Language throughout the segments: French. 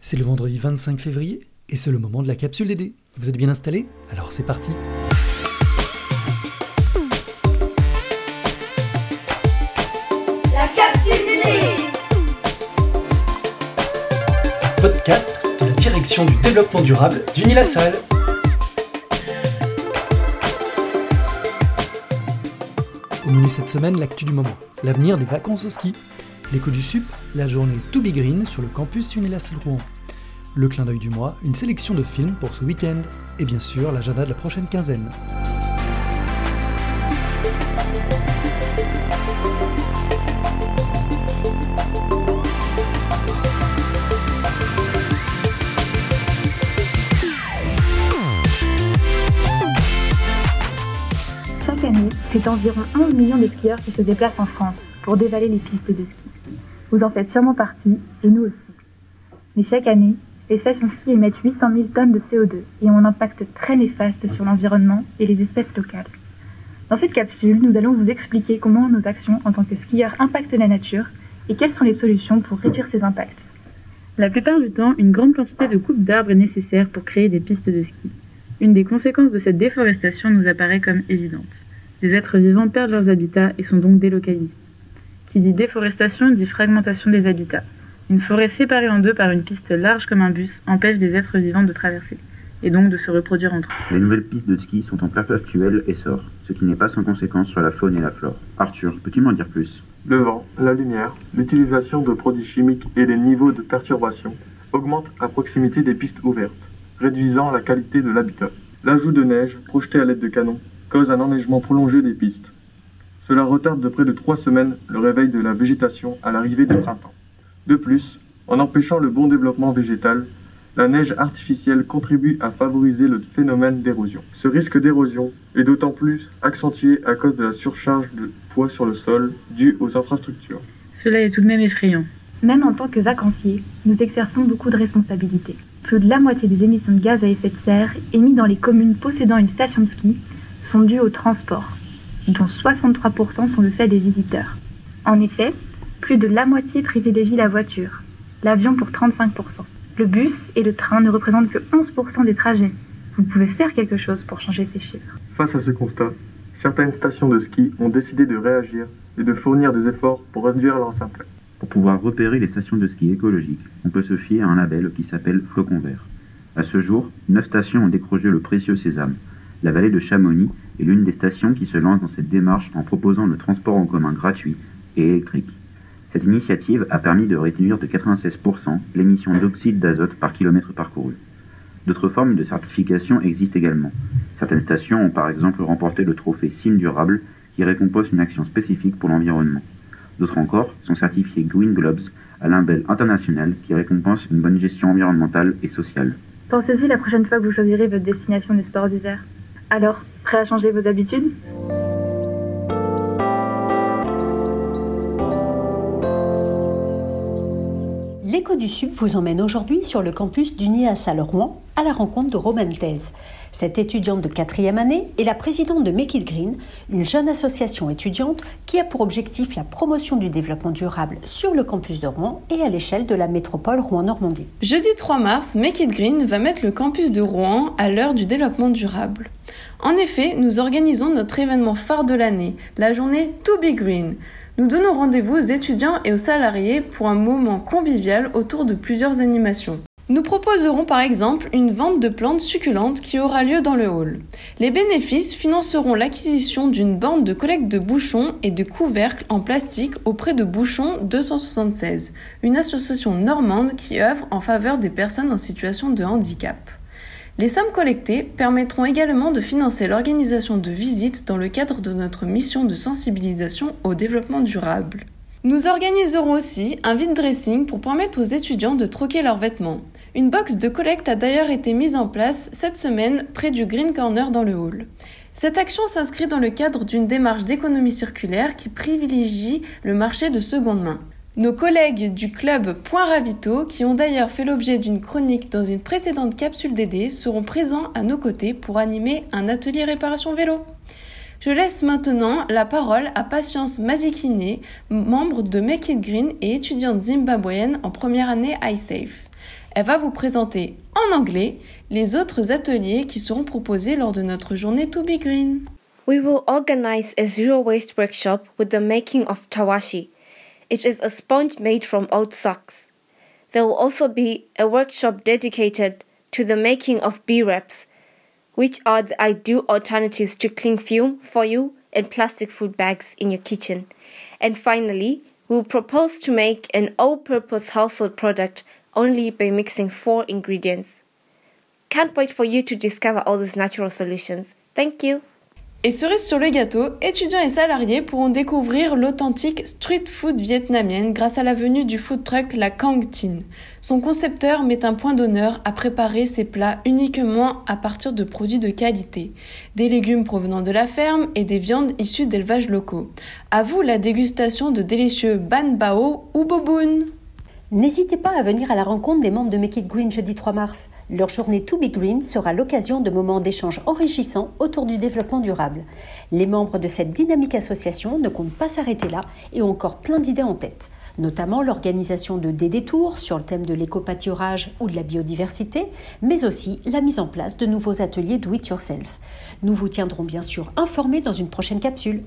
C'est le vendredi 25 février et c'est le moment de la capsule DD. Vous êtes bien installés? Alors c'est parti. La capsule DD. Podcast de la direction du développement durable d'Unilassal. Au menu cette semaine, l'actu du moment, l'avenir des vacances au ski, l'écho du sup, la journée To Be Green sur le campus Unilassal Rouen, le clin d'œil du mois, une sélection de films pour ce week-end, et bien sûr l'agenda de la prochaine quinzaine. Chaque année, c'est environ 11 millions de skieurs qui se déplacent en France pour dévaler les pistes de ski. Vous en faites sûrement partie, et nous aussi. Mais chaque année, les stations ski émettent 800 000 tonnes de CO2 et ont un impact très néfaste sur l'environnement et les espèces locales. Dans cette capsule, nous allons vous expliquer comment nos actions en tant que skieurs impactent la nature et quelles sont les solutions pour réduire ces impacts. La plupart du temps, une grande quantité de coupe d'arbres est nécessaire pour créer des pistes de ski. Une des conséquences de cette déforestation nous apparaît comme évidente. Les êtres vivants perdent leurs habitats et sont donc délocalisés. Qui dit déforestation dit fragmentation des habitats. Une forêt séparée en deux par une piste large comme un bus empêche des êtres vivants de traverser, et donc de se reproduire entre eux. Les nouvelles pistes de ski sont en perpétuel essor, ce qui n'est pas sans conséquence sur la faune et la flore. Arthur, peux-tu m'en dire plus? Le vent, la lumière, l'utilisation de produits chimiques et les niveaux de perturbation augmentent à proximité des pistes ouvertes, réduisant la qualité de l'habitat. L'ajout de neige, projetée à l'aide de canons, cause un enneigement prolongé des pistes. Cela retarde de près de 3 semaines le réveil de la végétation à l'arrivée du printemps. De plus, en empêchant le bon développement végétal, la neige artificielle contribue à favoriser le phénomène d'érosion. Ce risque d'érosion est d'autant plus accentué à cause de la surcharge de poids sur le sol due aux infrastructures. Cela est tout de même effrayant. Même en tant que vacanciers, nous exerçons beaucoup de responsabilités. Plus de la moitié des émissions de gaz à effet de serre émises dans les communes possédant une station de ski sont dues au transport, dont 63% sont le fait des visiteurs. En effet, plus de la moitié privilégie la voiture, l'avion pour 35%. Le bus et le train ne représentent que 11% des trajets. Vous pouvez faire quelque chose pour changer ces chiffres. Face à ce constat, certaines stations de ski ont décidé de réagir et de fournir des efforts pour réduire leurs impacts. Pour pouvoir repérer les stations de ski écologiques, on peut se fier à un label qui s'appelle Flocon Vert. À ce jour, 9 stations ont décroché le précieux sésame. La vallée de Chamonix est l'une des stations qui se lance dans cette démarche en proposant le transport en commun gratuit et électrique. Cette initiative a permis de réduire de 96% l'émission d'oxyde d'azote par kilomètre parcouru. D'autres formes de certification existent également. Certaines stations ont par exemple remporté le trophée Cime Durable qui récompense une action spécifique pour l'environnement. D'autres encore sont certifiées Green Globes à label international qui récompense une bonne gestion environnementale et sociale. Pensez-y la prochaine fois que vous choisirez votre destination des sports d'hiver. Alors, prêt à changer vos habitudes ? L'écho du sup vous emmène aujourd'hui sur le campus d'Unilassal Rouen à la rencontre de Romane Thèse. Cette étudiante de 4e année est la présidente de Make It Green, une jeune association étudiante qui a pour objectif la promotion du développement durable sur le campus de Rouen et à l'échelle de la métropole Rouen-Normandie. Jeudi 3 mars, Make It Green va mettre le campus de Rouen à l'heure du développement durable. En effet, nous organisons notre événement phare de l'année, la journée To Be Green. Nous donnons rendez-vous aux étudiants et aux salariés pour un moment convivial autour de plusieurs animations. Nous proposerons par exemple une vente de plantes succulentes qui aura lieu dans le hall. Les bénéfices financeront l'acquisition d'une borne de collecte de bouchons et de couvercles en plastique auprès de Bouchons 276, une association normande qui œuvre en faveur des personnes en situation de handicap. Les sommes collectées permettront également de financer l'organisation de visites dans le cadre de notre mission de sensibilisation au développement durable. Nous organiserons aussi un vide dressing pour permettre aux étudiants de troquer leurs vêtements. Une box de collecte a d'ailleurs été mise en place cette semaine près du Green Corner dans le hall. Cette action s'inscrit dans le cadre d'une démarche d'économie circulaire qui privilégie le marché de seconde main. Nos collègues du club Point Ravito, qui ont d'ailleurs fait l'objet d'une chronique dans une précédente capsule DD, seront présents à nos côtés pour animer un atelier réparation vélo. Je laisse maintenant la parole à Patience Mazikine, membre de Make It Green et étudiante zimbabwéenne en première année iSafe. Elle va vous présenter en anglais les autres ateliers qui seront proposés lors de notre journée To Be Green. We will organize a zero waste workshop with the making of tawashi. It is a sponge made from old socks. There will also be a workshop dedicated to the making of bee wraps, which are the ideal alternatives to cling film, foil, and plastic food bags in your kitchen. And finally, we will propose to make an all-purpose household product only by mixing 4 ingredients. Can't wait for you to discover all these natural solutions. Thank you! Et cerise sur le gâteau, étudiants et salariés pourront découvrir l'authentique street food vietnamienne grâce à la venue du food truck La Quang Tin. Son concepteur met un point d'honneur à préparer ses plats uniquement à partir de produits de qualité, des légumes provenant de la ferme et des viandes issues d'élevages locaux. À vous la dégustation de délicieux ban bao ou boboon. N'hésitez pas à venir à la rencontre des membres de Make It Green jeudi 3 mars. Leur journée To Be Green sera l'occasion de moments d'échange enrichissants autour du développement durable. Les membres de cette dynamique association ne comptent pas s'arrêter là et ont encore plein d'idées en tête, notamment l'organisation de détours sur le thème de l'éco-pâturage ou de la biodiversité, mais aussi la mise en place de nouveaux ateliers Do It Yourself. Nous vous tiendrons bien sûr informés dans une prochaine capsule.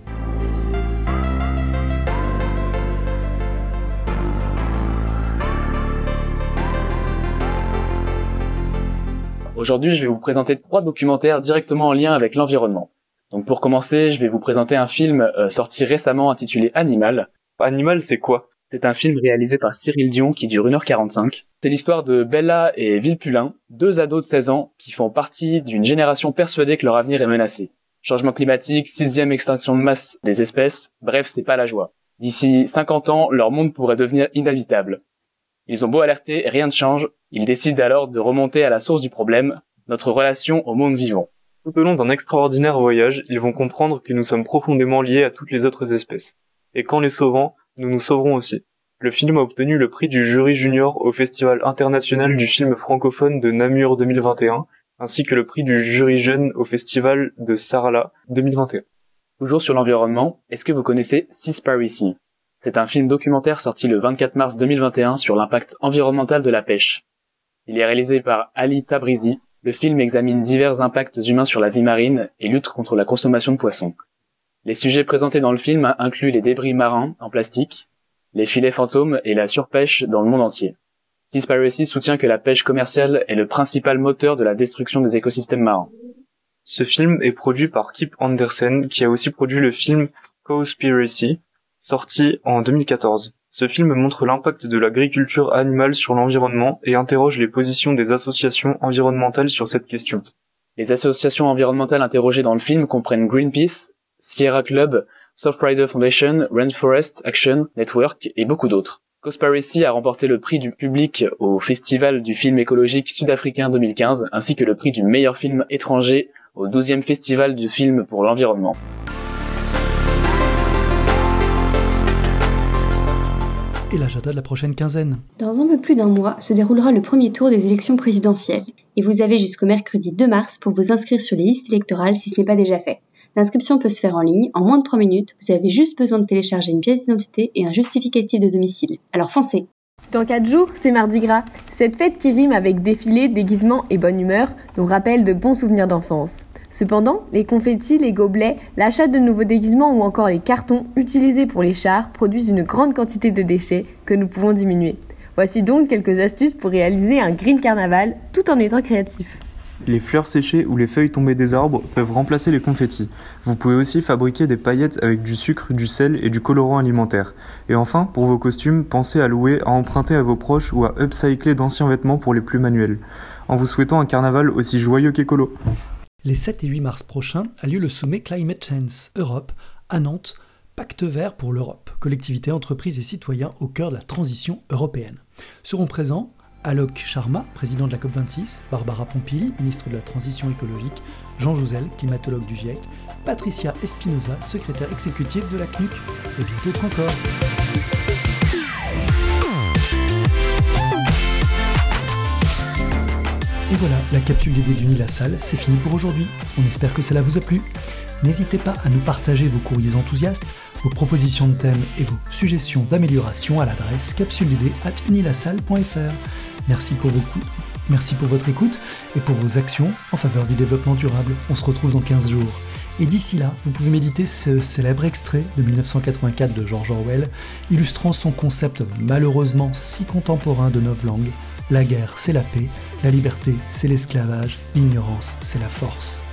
Aujourd'hui, je vais vous présenter 3 documentaires directement en lien avec l'environnement. Donc pour commencer, je vais vous présenter un film sorti récemment intitulé Animal. Animal, c'est quoi ? C'est un film réalisé par Cyril Dion qui dure 1h45. C'est l'histoire de Bella et Villepulin, 2 ados de 16 ans qui font partie d'une génération persuadée que leur avenir est menacé. Changement climatique, 6e extinction de masse des espèces, bref, c'est pas la joie. D'ici 50 ans, leur monde pourrait devenir inhabitable. Ils ont beau alerter, rien ne change. Ils décident alors de remonter à la source du problème, notre relation au monde vivant. Tout au long d'un extraordinaire voyage, ils vont comprendre que nous sommes profondément liés à toutes les autres espèces. Et qu'en les sauvant, nous nous sauverons aussi. Le film a obtenu le prix du jury junior au Festival international du film francophone de Namur 2021, ainsi que le prix du jury jeune au Festival de Sarlat 2021. Toujours sur l'environnement, est-ce que vous connaissez Seaspiracy ? C'est un film documentaire sorti le 24 mars 2021 sur l'impact environnemental de la pêche. Il est réalisé par Ali Tabrizi. Le film examine divers impacts humains sur la vie marine et lutte contre la consommation de poissons. Les sujets présentés dans le film incluent les débris marins en plastique, les filets fantômes et la surpêche dans le monde entier. Seaspiracy soutient que la pêche commerciale est le principal moteur de la destruction des écosystèmes marins. Ce film est produit par Kip Andersen, qui a aussi produit le film Cowspiracy, sorti en 2014. Ce film montre l'impact de l'agriculture animale sur l'environnement et interroge les positions des associations environnementales sur cette question. Les associations environnementales interrogées dans le film comprennent Greenpeace, Sierra Club, Surfrider Foundation, Rainforest Action Network et beaucoup d'autres. Cowspiracy a remporté le prix du public au Festival du film écologique sud-africain 2015 ainsi que le prix du meilleur film étranger au 12e Festival du film pour l'environnement. Et l'agenda de la prochaine quinzaine. Dans un peu plus d'un mois se déroulera le premier tour des élections présidentielles. Et vous avez jusqu'au mercredi 2 mars pour vous inscrire sur les listes électorales si ce n'est pas déjà fait. L'inscription peut se faire en ligne en moins de 3 minutes. Vous avez juste besoin de télécharger une pièce d'identité et un justificatif de domicile. Alors foncez! Dans 4 jours, c'est Mardi Gras. Cette fête qui rime avec défilé, déguisement et bonne humeur nous rappelle de bons souvenirs d'enfance. Cependant, les confettis, les gobelets, l'achat de nouveaux déguisements ou encore les cartons utilisés pour les chars produisent une grande quantité de déchets que nous pouvons diminuer. Voici donc quelques astuces pour réaliser un green carnaval tout en étant créatif. Les fleurs séchées ou les feuilles tombées des arbres peuvent remplacer les confettis. Vous pouvez aussi fabriquer des paillettes avec du sucre, du sel et du colorant alimentaire. Et enfin, pour vos costumes, pensez à louer, à emprunter à vos proches ou à upcycler d'anciens vêtements pour les plus manuels. En vous souhaitant un carnaval aussi joyeux qu'écolo. Les 7 et 8 mars prochains a lieu le sommet Climate Change Europe à Nantes, Pacte vert pour l'Europe, collectivité, entreprises et citoyens au cœur de la transition européenne. Seront présents Alok Sharma, président de la COP26, Barbara Pompili, ministre de la Transition écologique, Jean Jouzel, climatologue du GIEC, Patricia Espinosa, secrétaire exécutive de la CNUC, et bien d'autres encore. Et voilà, la capsule DD d'Uni La Salle, c'est fini pour aujourd'hui. On espère que cela vous a plu. N'hésitez pas à nous partager vos courriers enthousiastes, vos propositions de thèmes et vos suggestions d'amélioration à l'adresse capsuledd@unilasalle.fr. Merci pour votre écoute et pour vos actions en faveur du développement durable. On se retrouve dans 15 jours. Et d'ici là, vous pouvez méditer ce célèbre extrait de 1984 de George Orwell, illustrant son concept malheureusement si contemporain de novlangue. La guerre, c'est la paix, la liberté, c'est l'esclavage, l'ignorance, c'est la force.